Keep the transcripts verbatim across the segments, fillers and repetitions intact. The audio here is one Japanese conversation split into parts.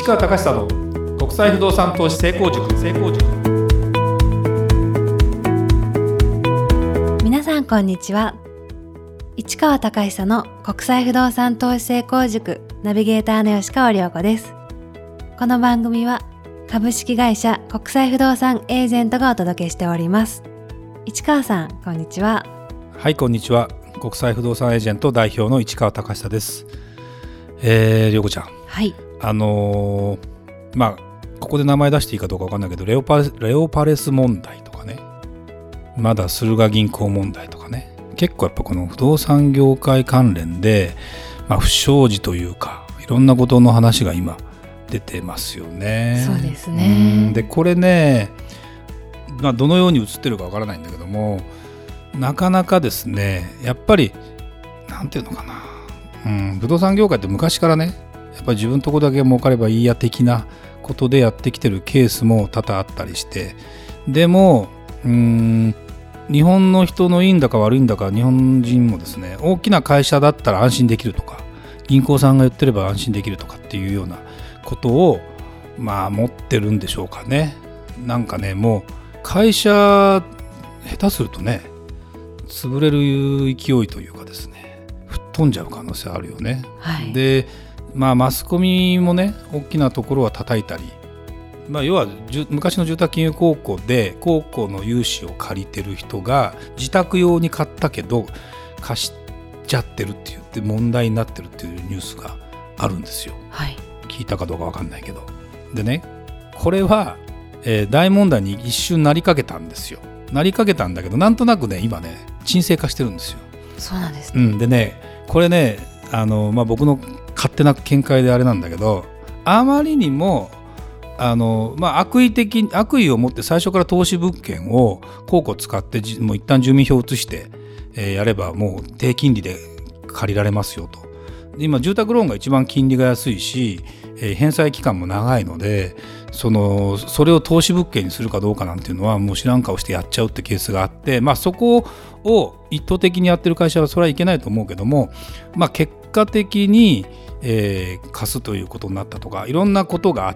川隆久の国際不動産投資成功塾。成功塾。 皆さんこんにちは。市川隆久の国際不動産投資成功塾ナビゲーターの吉川亮子です。この番組は株式会社国際不動産エージェントがお届けしております。市川さんこんにちは。 はい、こんにちは。国際不動産エージェント代表の市川隆久です。えー、亮子ちゃん、 はい、 あのー、まあここで名前出していいかどうか分かんないけどレオパレス、レオパレス問題とかね、まだ駿河銀行問題とかね、結構やっぱこの不動産業界関連で、まあ、不祥事というかいろんなことの話が今出てますよね。 そうですね。 うんでこれね、まあ、どのように映ってるか分からないんだけども、なかなかですね、やっぱりなんていうのかな、うん、不動産業界って昔からね、やっぱり自分のとこだけ儲かればいいや的なことでやってきてるケースも多々あったりして、でもうーん日本の人のいいんだか悪いんだか、日本人もですね、大きな会社だったら安心できるとか、銀行さんが言ってれば安心できるとかっていうようなことをまあ持ってるんでしょうかね。なんかね、もう会社下手するとね、潰れる勢いというかですね、吹っ飛んじゃう可能性あるよね。 はい、 で、まあマスコミもね、大きなところは叩いたり、まあ、要は昔の住宅金融公庫で公庫の融資を借りてる人が自宅用に買ったけど貸しちゃってるって言って問題になってるっていうニュースがあるんですよ。 はい、 聞いたかどうか分かんないけど、でね、これは、えー、大問題に一瞬なりかけたんですよ。なりかけたんだけど、なんとなくね今ね沈静化してるんですよ。 そうなんですね。 うん、でね、これね、あの、まあ、僕の勝手な見解であれなんだけど、あまりにもあの、まあ、悪意的悪意を持って最初から投資物件を公庫使ってもう一旦住民票を移して、えー、やればもう低金利で借りられますよと。今住宅ローンが一番金利が安いし、えー、返済期間も長いので、そのそれを投資物件にするかどうかなんていうのはもう知らん顔してやっちゃうってケースがあって、まあ、そこを一方的にやってる会社はそれはいけないと思うけども、まあ、結果的に、えー、貸すということになったとか、いろんなことがあって、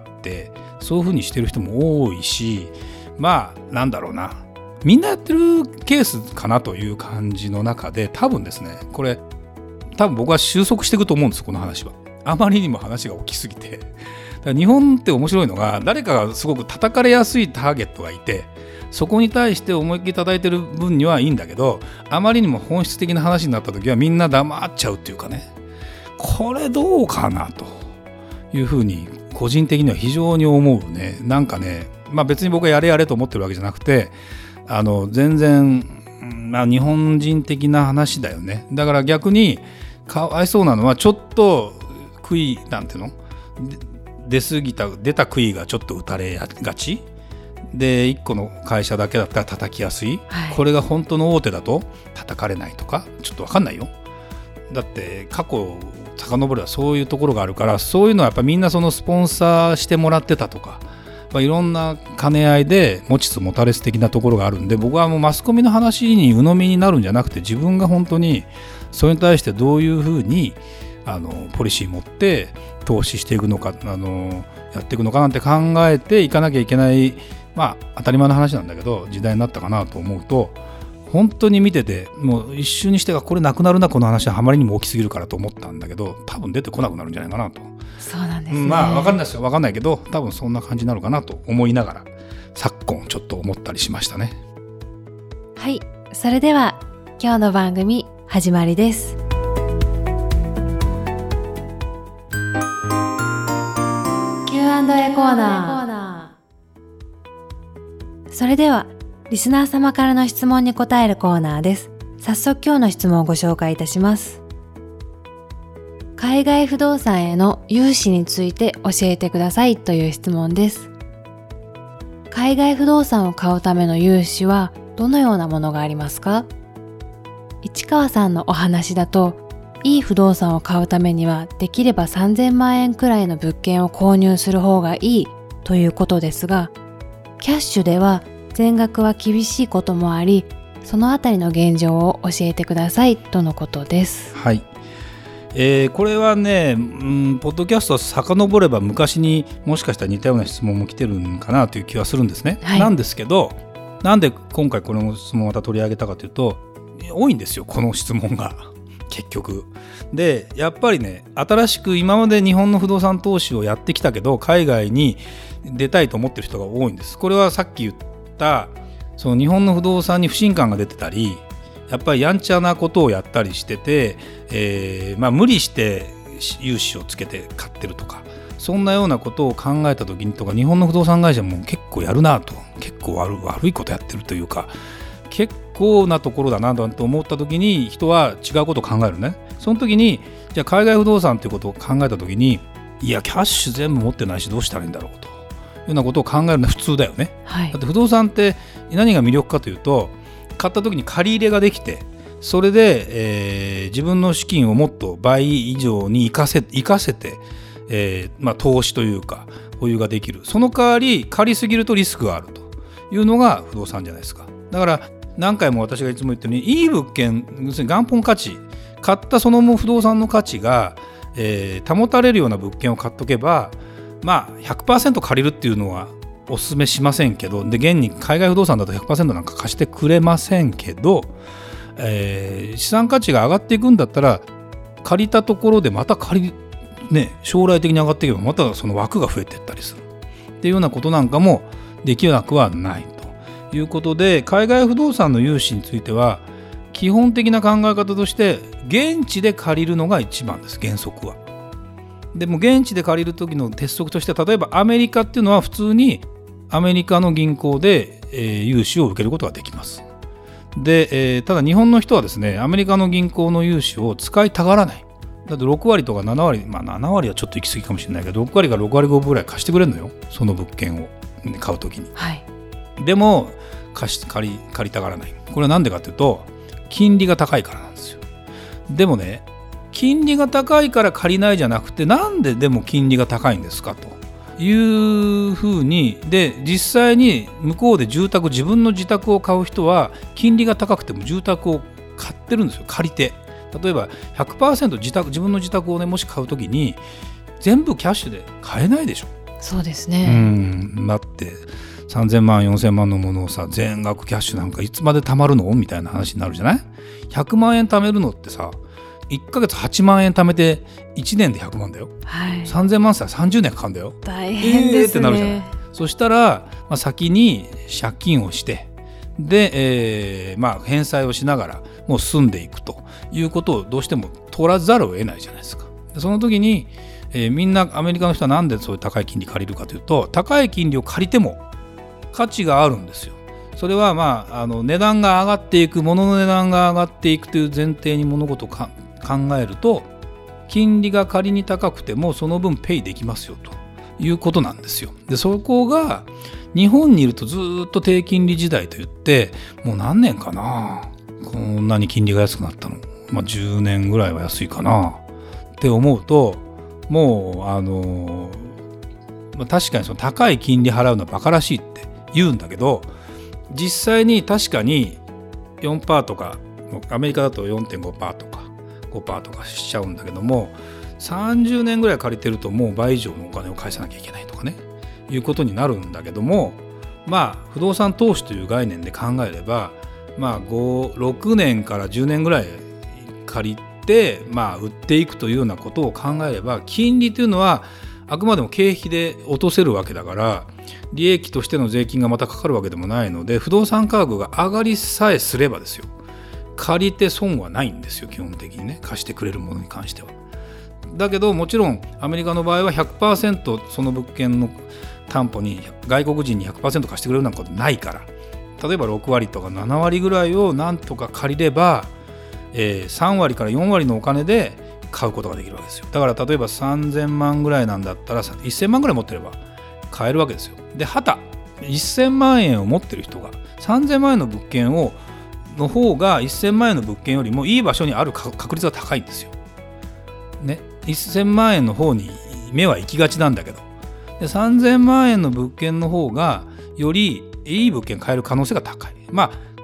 そういうふうにしてる人も多いし、まあなんだろうな、みんなやってるケースかなという感じの中で、多分ですね、これ多分僕は収束していくと思うんです。この話はあまりにも話が大きすぎて。だから日本って面白いのが、誰かがすごく叩かれやすいターゲットがいて、そこに対して思いっきり叩いてる分にはいいんだけど、あまりにも本質的な話になった時はみんな黙っちゃうっていうかね、これどうかなというふうに個人的には非常に思うね。なんかね、まあ、別に僕はやれやれと思ってるわけじゃなくて、あの全然、まあ、日本人的な話だよね。だから逆にかわいそうなのは、ちょっと杭なんていうの出過ぎた出た杭がちょっと打たれがちで、いっこの会社だけだったら叩きやすい、はい、これが本当の大手だと叩かれないとか、ちょっと分かんないよ。だって過去遡ればそういうところがあるから、そういうのはやっぱみんなそのスポンサーしてもらってたとか、まあ、いろんな兼ね合いで持ちつ持たれつ的なところがあるんで、僕はもうマスコミの話に鵜呑みになるんじゃなくて、自分が本当にそれに対してどういうふうにあのポリシー持って投資していくのか、あのやっていくのかなんて考えていかなきゃいけない、まあ当たり前の話なんだけど時代になったかなと思うと、本当に見ててもう一瞬にしてがこれなくなるな、この話はあまりにも大きすぎるからと思ったんだけど、多分出てこなくなるんじゃないかなと。 そうなんですね。 まあ分かんないですよ、分かんないけど多分そんな感じになるかなと思いながら昨今ちょっと思ったりしましたね。 はい、それでは今日の番組始まりです。キューアンドエー コーナー。それではリスナー様からの質問に答えるコーナーです。早速今日の質問をご紹介いたします。海外不動産への融資について教えてくださいという質問です。海外不動産を買うための融資はどのようなものがありますか？市川さんのお話だと、いい不動産を買うためにはできればさんぜんまんえんくらいの物件を購入する方がいいということですが、キャッシュでは全額は厳しいこともあり、そのあたりの現状を教えてくださいとのことです。 はい、 えー、これはね、うん、ポッドキャストを遡れば昔にもしかしたら似たような質問も来てるんかなという気はするんですね、はい、なんですけど、なんで今回この質問をまた取り上げたかというと、多いんですよこの質問が結局で。やっぱりね、新しく今まで日本の不動産投資をやってきたけど海外に出たいと思ってる人が多いんです。これはさっき言ったその日本の不動産に不信感が出てたり、やっぱりやんちゃなことをやったりしてて、えーまあ、無理して融資をつけて買ってるとか、そんなようなことを考えた時にとか、日本の不動産会社も結構やるなと、結構 悪, 悪いことやってるというか、結構なところだなと思った時に人は違うことを考えるね。その時にじゃあ海外不動産ということを考えた時に、いやキャッシュ全部持ってないしどうしたらいいんだろうというようなことを考えるのは普通だよね、はい、だって不動産って何が魅力かというと、買った時に借り入れができて、それで、えー、自分の資金をもっと倍以上に生かせ、生かせて、えーまあ、投資というか保有ができる。その代わり借りすぎるとリスクがあるというのが不動産じゃないですか。だから何回も私がいつも言ってるように、いい物件、要するに元本価値、買ったその不動産の価値が、えー、保たれるような物件を買っとけば、まあ ひゃくパーセント 借りるっていうのはお勧めしませんけど、で現に海外不動産だと ひゃくパーセント なんか貸してくれませんけど、えー、資産価値が上がっていくんだったら、借りたところでまた借り、ね、将来的に上がっていけばまたその枠が増えていったりするっていうようなことなんかもできなくはないということで、海外不動産の融資については基本的な考え方として現地で借りるのが一番です。原則は。でも現地で借りる時の鉄則として、例えばアメリカっていうのは普通にアメリカの銀行で、えー、融資を受けることができます。で、えー、ただ日本の人はですね、アメリカの銀行の融資を使いたがらない。だってろくわりとかななわり、まあななわりはちょっと行き過ぎかもしれないけど、ろくわりかろくわりごぶぐらい貸してくれるのよ、その物件を買うときに、はい、でも貸し借り借りたがらない。これはなんでかというと、金利が高いからなんですよ。でもね、金利が高いから借りないじゃなくて、なんででも金利が高いんですかというふうに、で実際に向こうで住宅、自分の自宅を買う人は金利が高くても住宅を買ってるんですよ、借りて。例えば ひゃくパーセント 自宅、自分の自宅をね、もし買うときに全部キャッシュで買えないでしょ。 そうですね。 うん、だってさんぜんまんよんせんまんのものをさ、全額キャッシュなんかいつまで貯まるのみたいな話になるじゃない。ひゃくまんえん貯めるのってさ、いっかげつはちまんえん貯めていちねんでひゃくまんだよ、はい、さんぜんまんささんじゅうねんかかるんだよ。 大変ですね、えー、ってなるじゃない。 そしたら、まあ、先に借金をしてで、えーまあ、返済をしながらもう住んでいくということをどうしても取らざるを得ないじゃないですか。その時に、えー、みんなアメリカの人はなんでそういう高い金利借りるかというと、高い金利を借りても価値があるんですよ。それは、まあ、あの値段が上がっていく、物の値段が上がっていくという前提に物事をか考えると、金利が仮に高くてもその分ペイできますよということなんですよ。でそこが日本にいるとずっと低金利時代といって、もう何年かな、こんなに金利が安くなったの、まあ、じゅうねんぐらいは安いかなって思うと、もうあの、まあ、確かにその高い金利払うのはバカらしいって言うんだけど、実際に確かに よんパーセント とか、アメリカだと よんてんごパーセント とかごパーセント とかしちゃうんだけども、さんじゅうねんぐらい借りてるともう倍以上のお金を返さなきゃいけないとかね、いうことになるんだけども、まあ不動産投資という概念で考えれば、まあご、ろくねんからじゅうねんぐらい借りて、まあ売っていくというようなことを考えれば、金利というのはあくまでも経費で落とせるわけだから、利益としての税金がまたかかるわけでもないので、不動産価格が上がりさえすればですよ、借りて損はないんですよ、基本的にね、貸してくれるものに関しては。だけどもちろんアメリカの場合は ひゃくパーセント その物件の担保に外国人に ひゃくパーセント 貸してくれるなんてことないから、例えばろくわりとかななわりぐらいをなんとか借りれば、えー、さんわりからよんわりのお金で買うことができるわけですよ。だから例えばさんぜんまんぐらいなんだったらいっせんまんぐらい持ってれば買えるわけですよ。で、はたいっせんまんえんを持ってる人がさんぜんまんえんの物件をの方がいっせんまんえんの物件よりもいい場所にある確率が高いんですよ、ね、いっせんまんえんの方に目は行きがちなんだけど、でさんぜんまんえんの物件の方がよりいい物件買える可能性が高い。まあ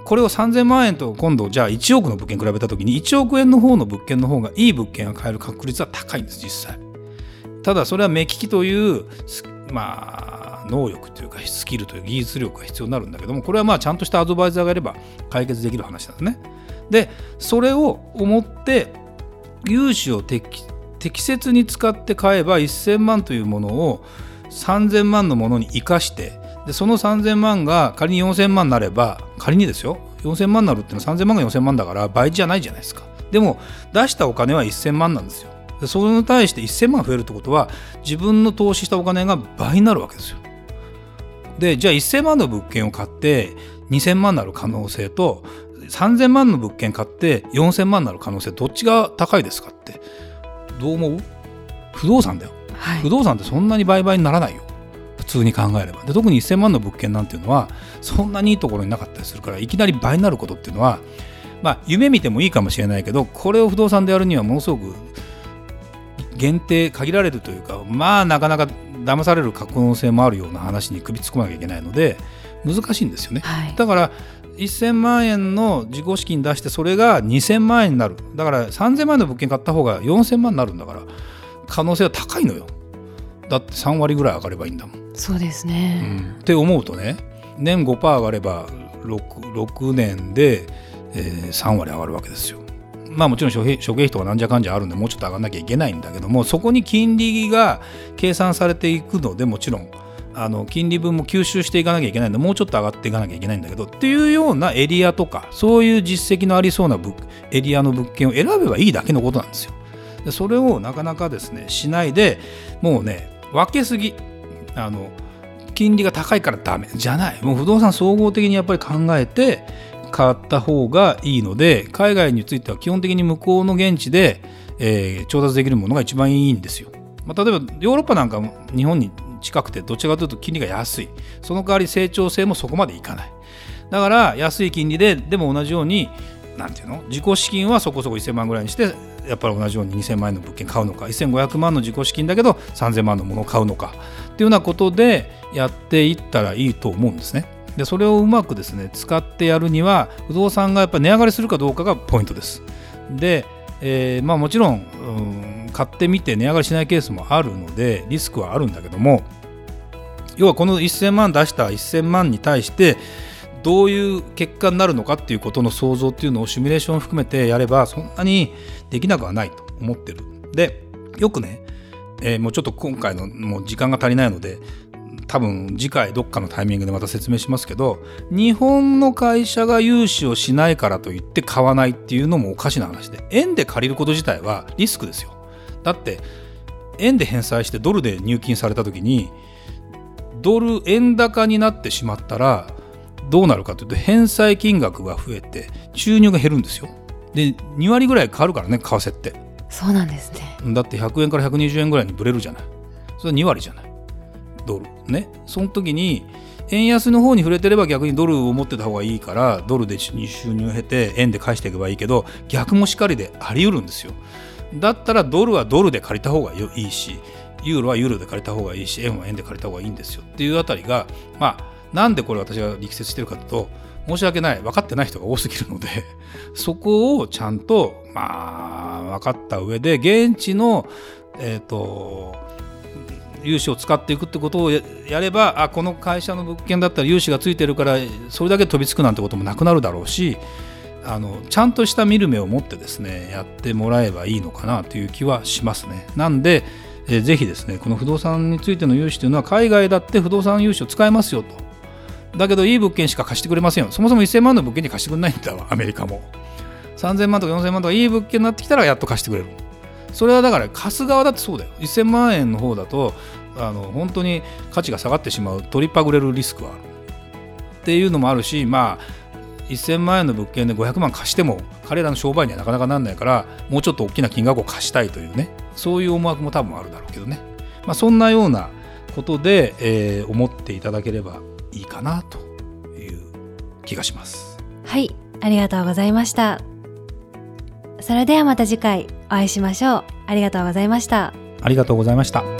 これをさんぜんまんえんと今度じゃあいちおくの物件比べた時にいちおくえんの方の物件の方がいい物件が買える確率は高いんです実際。ただそれは目利きというまあ能力というかスキルという技術力が必要になるんだけども、これはまあちゃんとしたアドバイザーがいれば解決できる話なんですね。でそれを思って融資を適適切に使って買えばせんまんというものをさんぜんまんのものに生かして、でそのさんぜんまんが仮によんせんまんになれば、仮にですよよんせんまんになるっていうのはさんぜんまんがよんせんまんだから倍じゃないじゃないですか。でも出したお金はせんまんなんですよ。でそれに対してせんまん増えるってことは自分の投資したお金が倍になるわけですよ。でじゃあせんまんの物件を買ってにせんまんになる可能性とさんぜんまんの物件買ってよんせんまんになる可能性どっちが高いですかってどう思う？不動産だよ、はい、不動産ってそんなに倍々にならないよ普通に考えれば。で特にせんまんの物件なんていうのはそんなにいいところになかったりするから、いきなり倍になることっていうのはまあ夢見てもいいかもしれないけど、これを不動産でやるにはものすごく限定限られるというか、まあなかなか騙される可能性もあるような話に首突っ込まなきゃいけないので難しいんですよね、はい、だからせんまんえんの自己資金出してそれがにせんまんえんになる。だからさんぜんまんえんの物件買った方がよんせんまんになるんだから可能性は高いのよ。だってさんわりぐらい上がればいいんだもん。 そうですね、 うん、って思うとね、年 ごパーセント 上がれば 6, ろくねんで、えー、さんわり上がるわけですよ。まあもちろん諸経費とかなんじゃかんじゃあるんでもうちょっと上がんなきゃいけないんだけども、そこに金利が計算されていくのでもちろんあの金利分も吸収していかなきゃいけないのでもうちょっと上がっていかなきゃいけないんだけどっていうようなエリアとかそういう実績のありそうなエリアの物件を選べばいいだけのことなんですよ。でそれをなかなかですねしないで、もうね分けすぎ、あの金利が高いからダメじゃない、もう不動産総合的にやっぱり考えて買った方がいいので、海外については基本的に向こうの現地で、えー、調達できるものが一番いいんですよ。まあ、例えばヨーロッパなんかも日本に近くてどちらかというと金利が安い、その代わり成長性もそこまでいかない。だから安い金利ででも同じようになんていうの自己資金はそこそこせんまんぐらいにしてやっぱり同じようににせんまんえんの物件買うのか、せんごひゃくまんの自己資金だけどさんぜんまんのものを買うのかっていうようなことでやっていったらいいと思うんですね。でそれをうまくですね使ってやるには不動産がやっぱり値上がりするかどうかがポイントです。で、えーまあ、もちろん、うん、買ってみて値上がりしないケースもあるのでリスクはあるんだけども、要はこのせんまん出したせんまんに対してどういう結果になるのかっていうことの想像っていうのをシミュレーションを含めてやればそんなにできなくはないと思ってる。でよくね、えー、もうちょっと今回のもう時間が足りないので多分次回どっかのタイミングでまた説明しますけど、日本の会社が融資をしないからといって買わないっていうのもおかしな話で、円で借りること自体はリスクですよ。だって円で返済してドルで入金された時にドル円高になってしまったらどうなるかというと返済金額が増えて収入が減るんですよ。でにわりぐらい変わるからね為替って。 そうなんですね。 だってひゃくえんからひゃくにじゅうえんぐらいにブレるじゃない。それはにわりじゃないドルね。その時に円安の方に触れてれば逆にドルを持ってた方がいいからドルで収入を経て円で返していけばいいけど、逆もしかりであり得るんですよ。だったらドルはドルで借りた方がいいし、ユーロはユーロで借りた方がいいし、円は円で借りた方がいいんですよっていうあたりが、まあなんでこれ私が力説してるかというと、申し訳ない分かってない人が多すぎるのでそこをちゃんとまあ分かった上で現地のえっと融資を使っていくってことをやれば、あこの会社の物件だったら融資がついてるからそれだけ飛びつくなんてこともなくなるだろうし、あのちゃんとした見る目を持ってですねやってもらえばいいのかなという気はしますね。なんでえー、ぜひですねこの不動産についての融資というのは海外だって不動産融資を使えますよと。だけどいい物件しか貸してくれませんよ。そもそもせんまんの物件に貸してくれないんだわアメリカも。さんぜんまんとかよんせんまんとかいい物件になってきたらやっと貸してくれる。それはだから貸す側だってそうだよ。せんまんえんの方だとあの本当に価値が下がってしまう、取りっぱぐれるリスクはあるっていうのもあるし、まあせんまんえんの物件でごひゃくまん貸しても彼らの商売にはなかなかなんないから、もうちょっと大きな金額を貸したいというね、そういう思惑も多分あるだろうけどね、まあ、そんなようなことで、えー、思っていただければいいかなという気がします。 はい、ありがとうございました。それではまた次回お会いしましょう。ありがとうございました。 ありがとうございました。